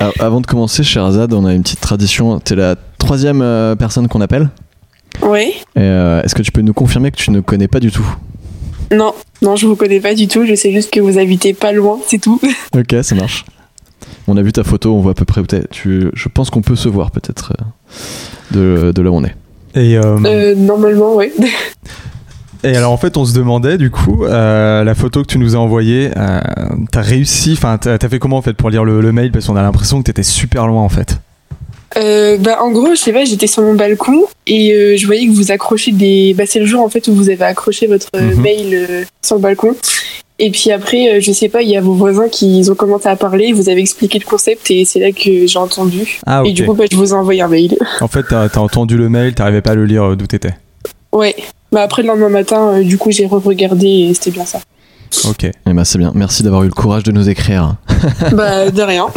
Avant de commencer, Sherazade, on a une petite tradition. T'es la troisième personne qu'on appelle. Oui. Est-ce que tu peux nous confirmer que tu ne connais pas du tout? Non, je vous connais pas du tout. Je sais juste que vous habitez pas loin, c'est tout. Ok, ça marche. On a vu ta photo, on voit à peu près où t'es. Je pense qu'on peut se voir peut-être de là où on est. Et normalement, oui. Et alors en fait, on se demandait du coup, la photo que tu nous as envoyée, t'as réussi, enfin t'as fait comment en fait pour lire le mail, parce qu'on a l'impression que t'étais super loin en fait. En gros, je sais pas, j'étais sur mon balcon et je voyais que vous accrochez c'est le jour en fait où vous avez accroché votre mail sur le balcon. Et puis après, je sais pas, il y a vos voisins qui ont commencé à parler, vous avez expliqué le concept et c'est là que j'ai entendu. Ah, ok. Et du coup, je vous ai envoyé un mail. En fait, t'as entendu le mail, t'arrivais pas à le lire d'où t'étais. Ouais. Après, le lendemain matin, du coup, j'ai re-regardé et c'était bien ça. Ok. C'est bien. Merci d'avoir eu le courage de nous écrire. De rien.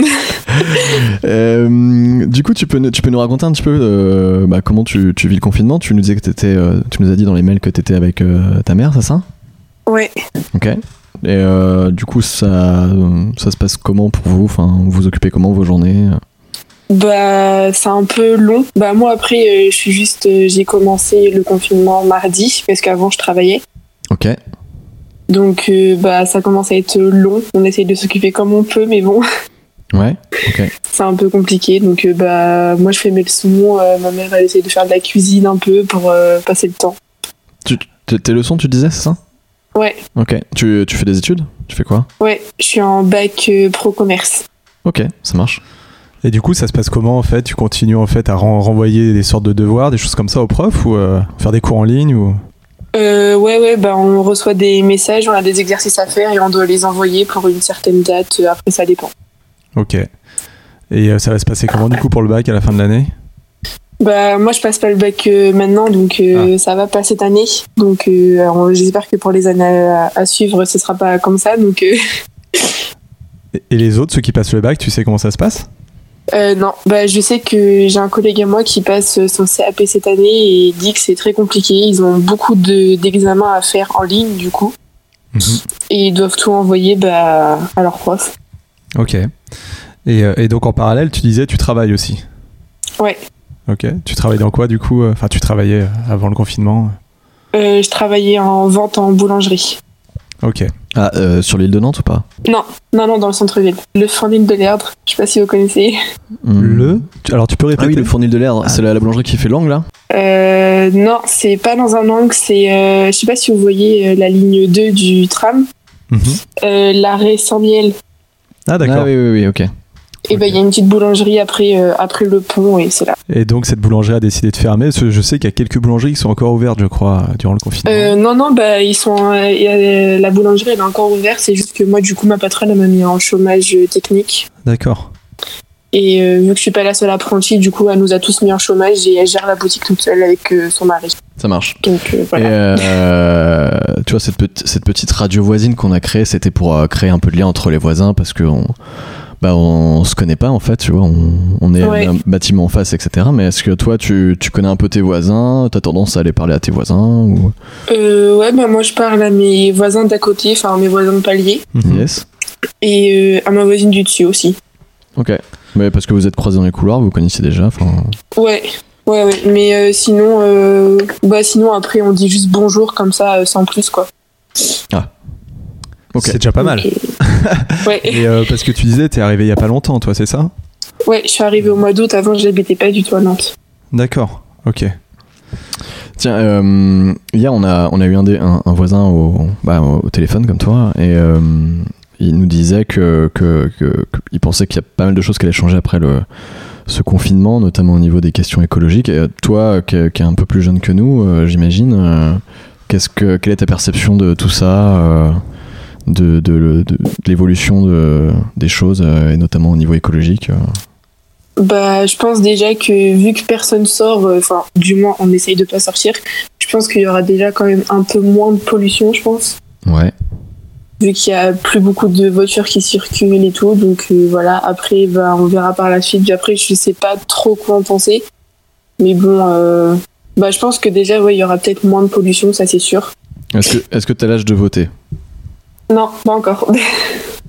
Du coup, tu peux nous raconter un petit peu comment tu vis le confinement. Tu nous disais que tu nous as dit dans les mails que t'étais avec ta mère, c'est ça? Ouais. Ok. Et du coup, ça se passe comment pour vous? Enfin, vous occupez comment vos journées? C'est un peu long. Moi après, j'ai commencé le confinement mardi parce qu'avant je travaillais. Ok. Donc ça commence à être long. On essaye de s'occuper comme on peut, mais bon. Ouais. Ok. C'est un peu compliqué. Donc moi je fais mes leçons. Ma mère elle essaye de faire de la cuisine un peu pour passer le temps. Tes leçons, tu disais, c'est ça? Ouais. Ok. Tu fais des études? Tu fais quoi? Ouais, je suis en bac pro commerce. Ok, ça marche. Et du coup, ça se passe comment en fait? Tu continues en fait à renvoyer des sortes de devoirs, des choses comme ça aux profs, ou faire des cours en ligne ou... On reçoit des messages, on a des exercices à faire et on doit les envoyer pour une certaine date. Après, ça dépend. Ok. Et ça va se passer comment du coup pour le bac à la fin de l'année? Moi, je passe pas le bac maintenant, donc ça va pas cette année. Donc, j'espère que pour les années à suivre, ce sera pas comme ça. Donc. Et les autres, ceux qui passent le bac, tu sais comment ça se passe? Non, je sais que j'ai un collègue à moi qui passe son CAP cette année et dit que c'est très compliqué. Ils ont beaucoup d'examens à faire en ligne du coup. Et ils doivent tout envoyer à leur prof. Ok. Et donc en parallèle, tu disais tu travailles aussi? Ouais. Ok. Tu travailles dans quoi du coup? Enfin, tu travaillais avant le confinement? Je travaillais en vente en boulangerie. Ok. Ah, sur l'île de Nantes ou pas? Non, dans le centre-ville. Le Fournil de l'Erdre, je sais pas si vous connaissez. Alors tu peux répéter? Ah oui, le Fournil de l'Erdre, c'est la boulangerie qui fait l'angle là? Non, c'est pas dans un angle, c'est... je sais pas si vous voyez la ligne 2 du tram. L'arrêt sans miel. Ah d'accord. Ah oui, ok. Et il y a une petite boulangerie après le pont et c'est là. Et donc cette boulangerie a décidé de fermer, parce que je sais qu'il y a quelques boulangeries qui sont encore ouvertes, je crois, durant le confinement. Non, ils sont. La boulangerie elle est encore ouverte, c'est juste que moi du coup ma patronne elle m'a mis en chômage technique. D'accord. Et vu que je suis pas la seule apprentie, du coup elle nous a tous mis en chômage et elle gère la boutique toute seule avec son mari. Ça marche. Donc voilà. Et tu vois cette petite radio voisine qu'on a créée, c'était pour créer un peu de lien entre les voisins parce que on se connaît pas en fait, tu vois, on est un bâtiment en face, etc. Mais est-ce que toi tu connais un peu tes voisins? T'as tendance à aller parler à tes voisins ou... moi je parle à mes voisins d'à côté, enfin mes voisins de palier. Yes. Et à ma voisine du dessus aussi. Ok. Mais parce que vous êtes croisés dans les couloirs, vous vous connaissiez déjà, enfin... Ouais. Mais sinon après on dit juste bonjour comme ça, sans plus quoi. Ah. Okay. C'est déjà pas mal. Ouais. Et parce que tu disais, t'es arrivé il y a pas longtemps, toi, c'est ça? Ouais, je suis arrivé au mois d'août. Avant, je n'habitais pas du tout à Nantes. D'accord. Ok. Tiens, hier on a eu un voisin au téléphone comme toi et il nous disait que il pensait qu'il y a pas mal de choses qui allaient changer après ce confinement, notamment au niveau des questions écologiques. Et toi, qui est un peu plus jeune que nous, j'imagine, quelle est ta perception de tout ça? De l'évolution des choses et notamment au niveau écologique? Je pense déjà que vu que personne sort, du moins on essaye de pas sortir, je pense qu'il y aura déjà quand même un peu moins de pollution, je pense. Ouais. Vu qu'il y a plus beaucoup de voitures qui circulent et tout, donc voilà. Après, on verra par la suite. Puis après, je sais pas trop quoi en penser, mais bon, je pense que déjà il y aura peut-être moins de pollution, ça c'est sûr. Est-ce que t'as l'âge de voter? Non, pas encore.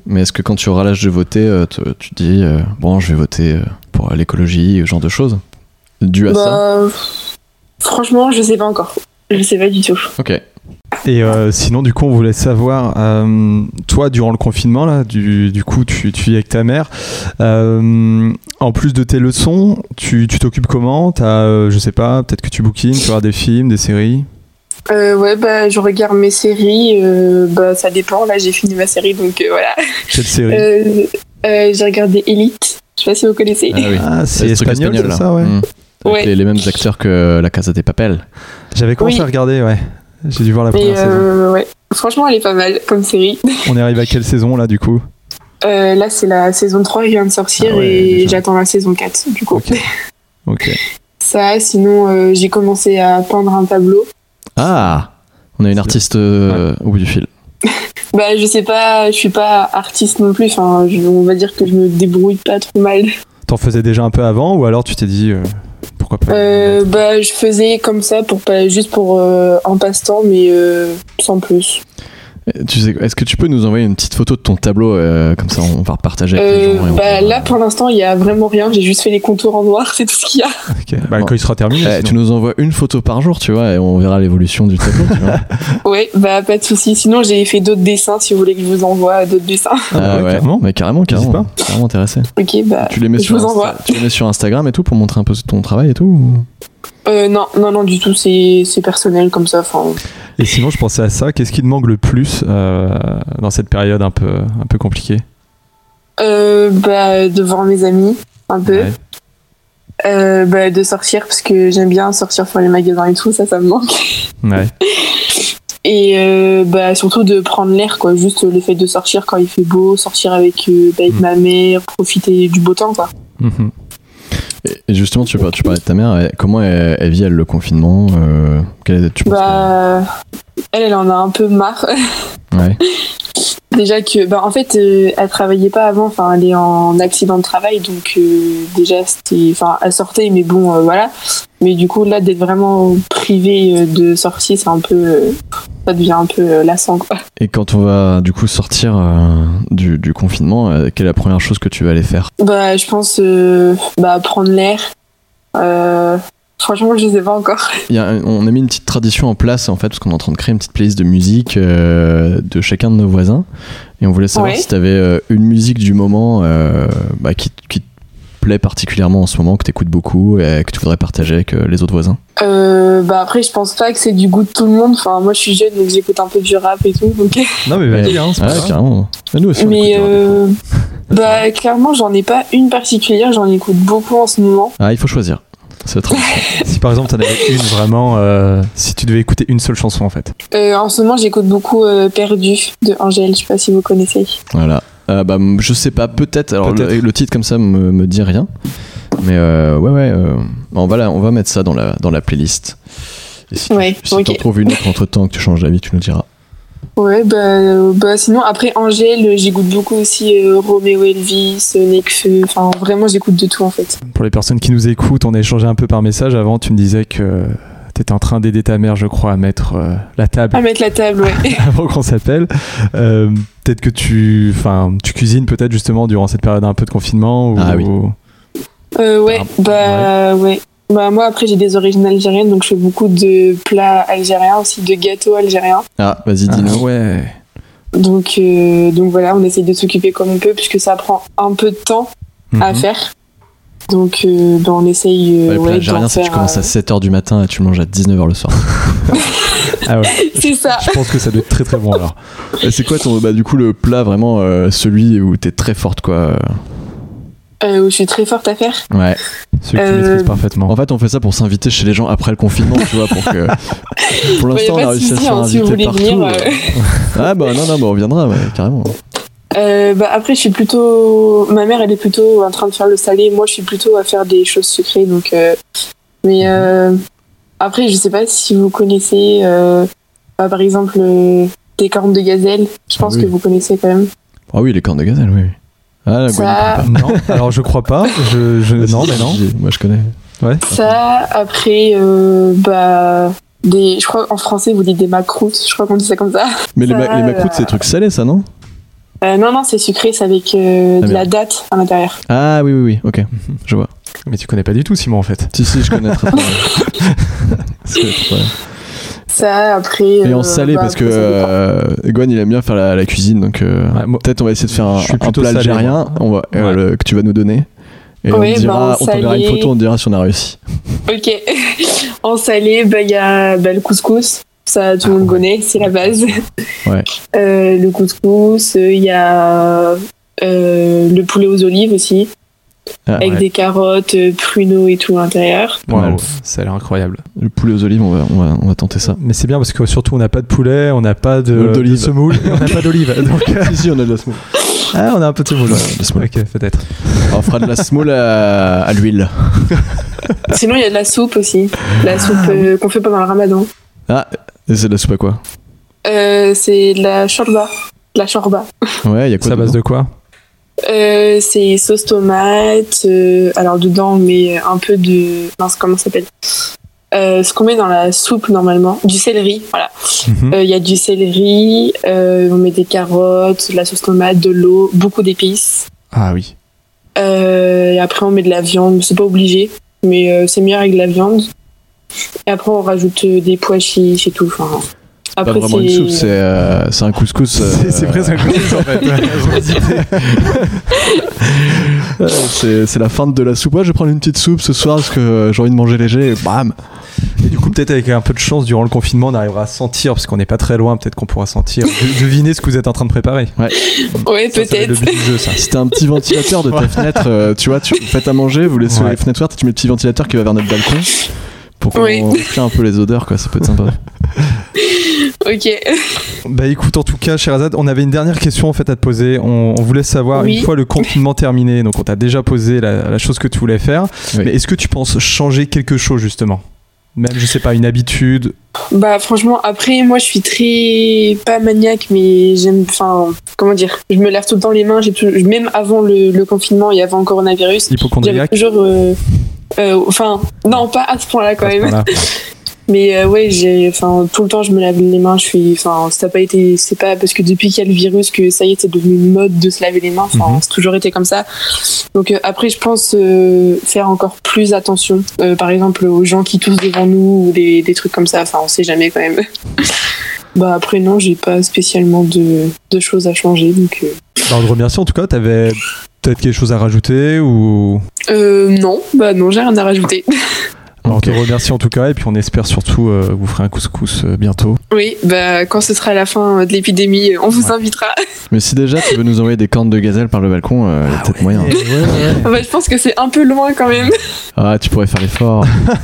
Mais est-ce que quand tu auras l'âge de voter, tu te dis bon, je vais voter pour l'écologie, ce genre de choses dû à ça? Franchement, je sais pas encore. Je sais pas du tout. Ok. Et sinon, du coup, on voulait savoir, toi, durant le confinement, là, du coup, tu vis avec ta mère. En plus de tes leçons, tu t'occupes comment? Je sais pas, peut-être que tu bouquines, tu regardes des films, des séries? Ouais, bah, je regarde mes séries. Bah, ça dépend. Là, j'ai fini ma série, donc voilà. Quelle série? J'ai regardé Elite. Je sais pas si vous connaissez. Ah oui. Ah, c'est espagnol, c'est ça, ouais. Ouais. Les mêmes acteurs que La Casa de Papel. J'avais commencé à regarder, ouais. J'ai dû voir la première saison. Ouais. Franchement, elle est pas mal comme série. On est arrivé à quelle saison, là, du coup? Là, c'est la saison 3 qui vient de sortir et déjà. J'attends la saison 4, du coup. Ok. Ça, sinon, j'ai commencé à peindre un tableau. Ah, on a une artiste au bout du fil. Bah, je sais pas, je suis pas artiste non plus. Enfin, on va dire que je me débrouille pas trop mal. T'en faisais déjà un peu avant ou alors tu t'es dit pourquoi pas? Bah, je faisais comme ça juste pour un passe-temps, mais sans plus. Tu sais, est-ce que tu peux nous envoyer une petite photo de ton tableau comme ça on va repartager avec les gens bah, là pour l'instant il y a vraiment rien, j'ai juste fait les contours en noir, c'est tout ce qu'il y a. Okay. Bah, quand il sera terminé. Tu nous envoies une photo par jour, tu vois, et on verra l'évolution du tableau. Tu vois. Ouais, bah pas de souci. Sinon j'ai fait d'autres dessins si vous voulez que je vous envoie d'autres dessins. Ah ouais, carrément. Mais carrément intéressé. Ok, bah tu les mets je vous envoie. Tu les mets sur Instagram et tout pour montrer un peu ton travail et tout ou... Non, du tout, c'est personnel comme ça. Et sinon, je pensais à ça. Qu'est-ce qui te manque le plus dans cette période un peu compliquée? Bah, de voir mes amis, un peu. Ouais. Bah, de sortir, parce que j'aime bien sortir faire les magasins et tout, ça me manque. Ouais. Et bah, surtout de prendre l'air, quoi. Juste le fait de sortir quand il fait beau, sortir avec ma mère, profiter du beau temps, quoi. Mm-hmm. Et justement, tu parlais de ta mère. Comment elle vit le confinement? Elle en a un peu marre. Ouais. Déjà que, en fait, elle travaillait pas avant. Enfin, elle est en accident de travail, donc déjà elle sortait, mais bon, voilà. Mais du coup, là, d'être vraiment privée de sortie, c'est un peu, ça devient un peu lassant, quoi. Et quand on va du coup sortir du confinement, quelle est la première chose que tu vas aller faire? Bah, je pense, prendre l'air. Franchement, je sais pas encore. On a mis une petite tradition en place en fait, parce qu'on est en train de créer une petite playlist de musique de chacun de nos voisins, et on voulait savoir si tu avais une musique du moment qui te plaît particulièrement en ce moment, que tu écoutes beaucoup et que tu voudrais partager avec les autres voisins. Après, je pense pas que c'est du goût de tout le monde. Enfin, moi, je suis jeune, donc j'écoute un peu du rap et tout. Donc... Non, mais vas-y, c'est pas grave. Carrément. Nous aussi, clairement, j'en ai pas une particulière. J'en écoute beaucoup en ce moment. Ah, il faut choisir. C'est très Si par exemple, t'en avais une vraiment, si tu devais écouter une seule chanson en fait. En ce moment, j'écoute beaucoup Perdu de Angèle. Je sais pas si vous connaissez. Voilà. Je sais pas, peut-être. Alors le titre comme ça me dit rien. Mais on va mettre ça dans la playlist. Et si t'en trouves une autre entre temps que tu changes d'avis, tu nous diras. Ouais, sinon après Angèle, j'écoute beaucoup aussi Roméo Elvis, Nekfeu, enfin vraiment j'écoute de tout en fait. Pour les personnes qui nous écoutent, on a échangé un peu par message avant, tu me disais que t'étais en train d'aider ta mère, je crois, à mettre la table. À mettre la table, ouais. Avant qu'on s'appelle. Peut-être que tu cuisines peut-être justement durant cette période un peu de confinement ou... Ah oui. Ouais. Bah moi après j'ai des origines algériennes, donc je fais beaucoup de plats algériens aussi, de gâteaux algériens. Ah vas-y dis-nous. Ouais. Donc voilà, on essaie de s'occuper comme on peut puisque ça prend un peu de temps à faire. Donc on essaye les plats algériens, c'est que tu commences à 7h du matin et tu manges à 19h le soir. Ah ouais. C'est ça. Je pense que ça doit être très très bon alors. Et c'est quoi du coup le plat vraiment celui où t'es très forte quoi? Où je suis très forte à faire. Ouais. Celui que tu maîtrises parfaitement. En fait, on fait ça pour s'inviter chez les gens après le confinement, tu vois, pour que. Pour l'instant, on a réussi à se faire inviter partout. Venir, Ah bah non, on viendra, carrément. Après, je suis plutôt. Ma mère, elle est plutôt en train de faire le salé. Moi, je suis plutôt à faire des choses sucrées, donc. Mais après, je sais pas si vous connaissez, par exemple, des cornes de gazelle. Je pense que vous connaissez quand même. Ah oui, les cornes de gazelle, oui. Ah, la non, alors je crois pas. Non, mais non. Moi, je connais. Ouais. Ça, après, je crois en français, vous dites des macroutes. Je crois qu'on dit ça comme ça. Mais les macroutes, c'est des trucs salés, ça, non? Non, c'est sucré, c'est avec de la date à l'intérieur. Ah oui, ok, je vois. Mais tu connais pas du tout, Simon, en fait. Si, je connais très bien. Ça, après. Et en salé, parce que Egon, il aime bien faire la cuisine, donc peut-être on va essayer de faire un plat algérien que tu vas nous donner. Et on t'enverra une photo, on te dira si on a réussi. Ok. En salé, y a le couscous. Ça, tout le monde connaît, c'est la base. Ouais. Le couscous, il y a le poulet aux olives aussi. Avec des carottes, pruneaux et tout à l'intérieur. Wow, ça a l'air incroyable. Le poulet aux olives, on va tenter ça. Mais c'est bien parce que surtout on n'a pas de poulet, on n'a pas de semoule, on n'a pas d'olive. Donc si, on a de la semoule. Ah, on a un peu de semoule. Ok, peut-être. On fera de la semoule à l'huile. Sinon, il y a de la soupe aussi. La soupe qu'on fait pendant le ramadan. Ah, et c'est de la soupe à quoi? C'est de la shorba. De la shorba. Ouais, il y a quoi? C'est à base de quoi? C'est sauce tomate. Alors dedans, on met un peu de. Mince, comment ça s'appelle? Ce qu'on met dans la soupe normalement. Du céleri, voilà. Il y a du céleri, on met des carottes, de la sauce tomate, de l'eau, beaucoup d'épices. Ah oui. Et après, on met de la viande. C'est pas obligé, mais c'est mieux avec de la viande. Et après, on rajoute des pois chiches et tout. Enfin. Après, pas vraiment une soupe, c'est un couscous. C'est presque un couscous en fait. C'est la fin de la soupe. Ouais, je vais prendre une petite soupe ce soir parce que j'ai envie de manger léger. Et bam. Et du coup, peut-être avec un peu de chance, durant le confinement, on arrivera à sentir, parce qu'on n'est pas très loin, peut-être qu'on pourra sentir, deviner ce que vous êtes en train de préparer. Ouais, peut-être. Le but du jeu, ça. Si t'as un petit ventilateur de ta fenêtre, tu vois, tu faites à manger, vous laissez les fenêtres ouvertes, tu mets le petit ventilateur qui va vers notre balcon pour qu'on respire un peu les odeurs, quoi. Ça peut être sympa. Ok. Bah écoute, en tout cas, Sherazade, on avait une dernière question en fait à te poser. On voulait savoir, une fois le confinement terminé, donc on t'a déjà posé la chose que tu voulais faire, mais est-ce que tu penses changer quelque chose justement? Même, je sais pas, une habitude? Bah franchement, après, moi je suis très, pas maniaque, mais j'aime, enfin, comment dire, je me lave tout le temps les mains, même avant le confinement et avant le coronavirus. Hypochondriaque? J'avais toujours, enfin, non, pas à ce point-là quand même. Mais ouais, tout le temps je me lave les mains. C'est pas parce que depuis qu'il y a le virus que ça y est, c'est devenu une mode de se laver les mains. Enfin, c'est toujours été comme ça. Donc après, je pense faire encore plus attention. Par exemple, aux gens qui toussent devant nous ou des trucs comme ça. Enfin, on sait jamais quand même. Bah après non, j'ai pas spécialement de choses à changer. Donc. Bah, on te remercie en tout cas. T'avais peut-être quelque chose à rajouter ou? Non, j'ai rien à rajouter. On te remercie en tout cas et puis on espère surtout que vous ferez un couscous bientôt. Oui, quand ce sera la fin de l'épidémie, on vous invitera. Mais si déjà tu veux nous envoyer des cornes de gazelle par le balcon, il y a peut-être moyen. Je pense que c'est un peu loin quand même. Ah, tu pourrais faire l'effort.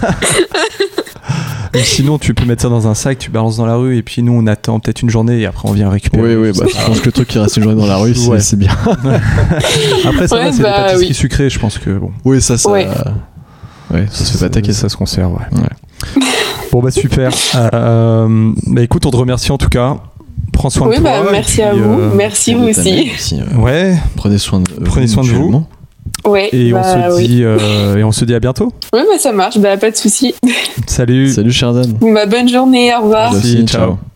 Sinon, tu peux mettre ça dans un sac, tu balances dans la rue et puis nous on attend peut-être une journée et après on vient récupérer. Oui, je pense que le truc qui reste une journée dans la rue, c'est bien. Après, ça c'est des pâtisseries sucrées, je pense que bon. Oui, ça. Ouais, ça se fait pas attaquer, ça se conserve, ouais. Bon bah super. Bah écoute, on te remercie en tout cas. Prends soin de toi. Merci à vous. Merci vous aussi. Ouais. Prenez soin de vous. Ouais. Et on se dit à bientôt. Oui, ça marche. Pas de souci. Salut. Salut Sherazade. Bonne journée. Au revoir. Merci. Ciao.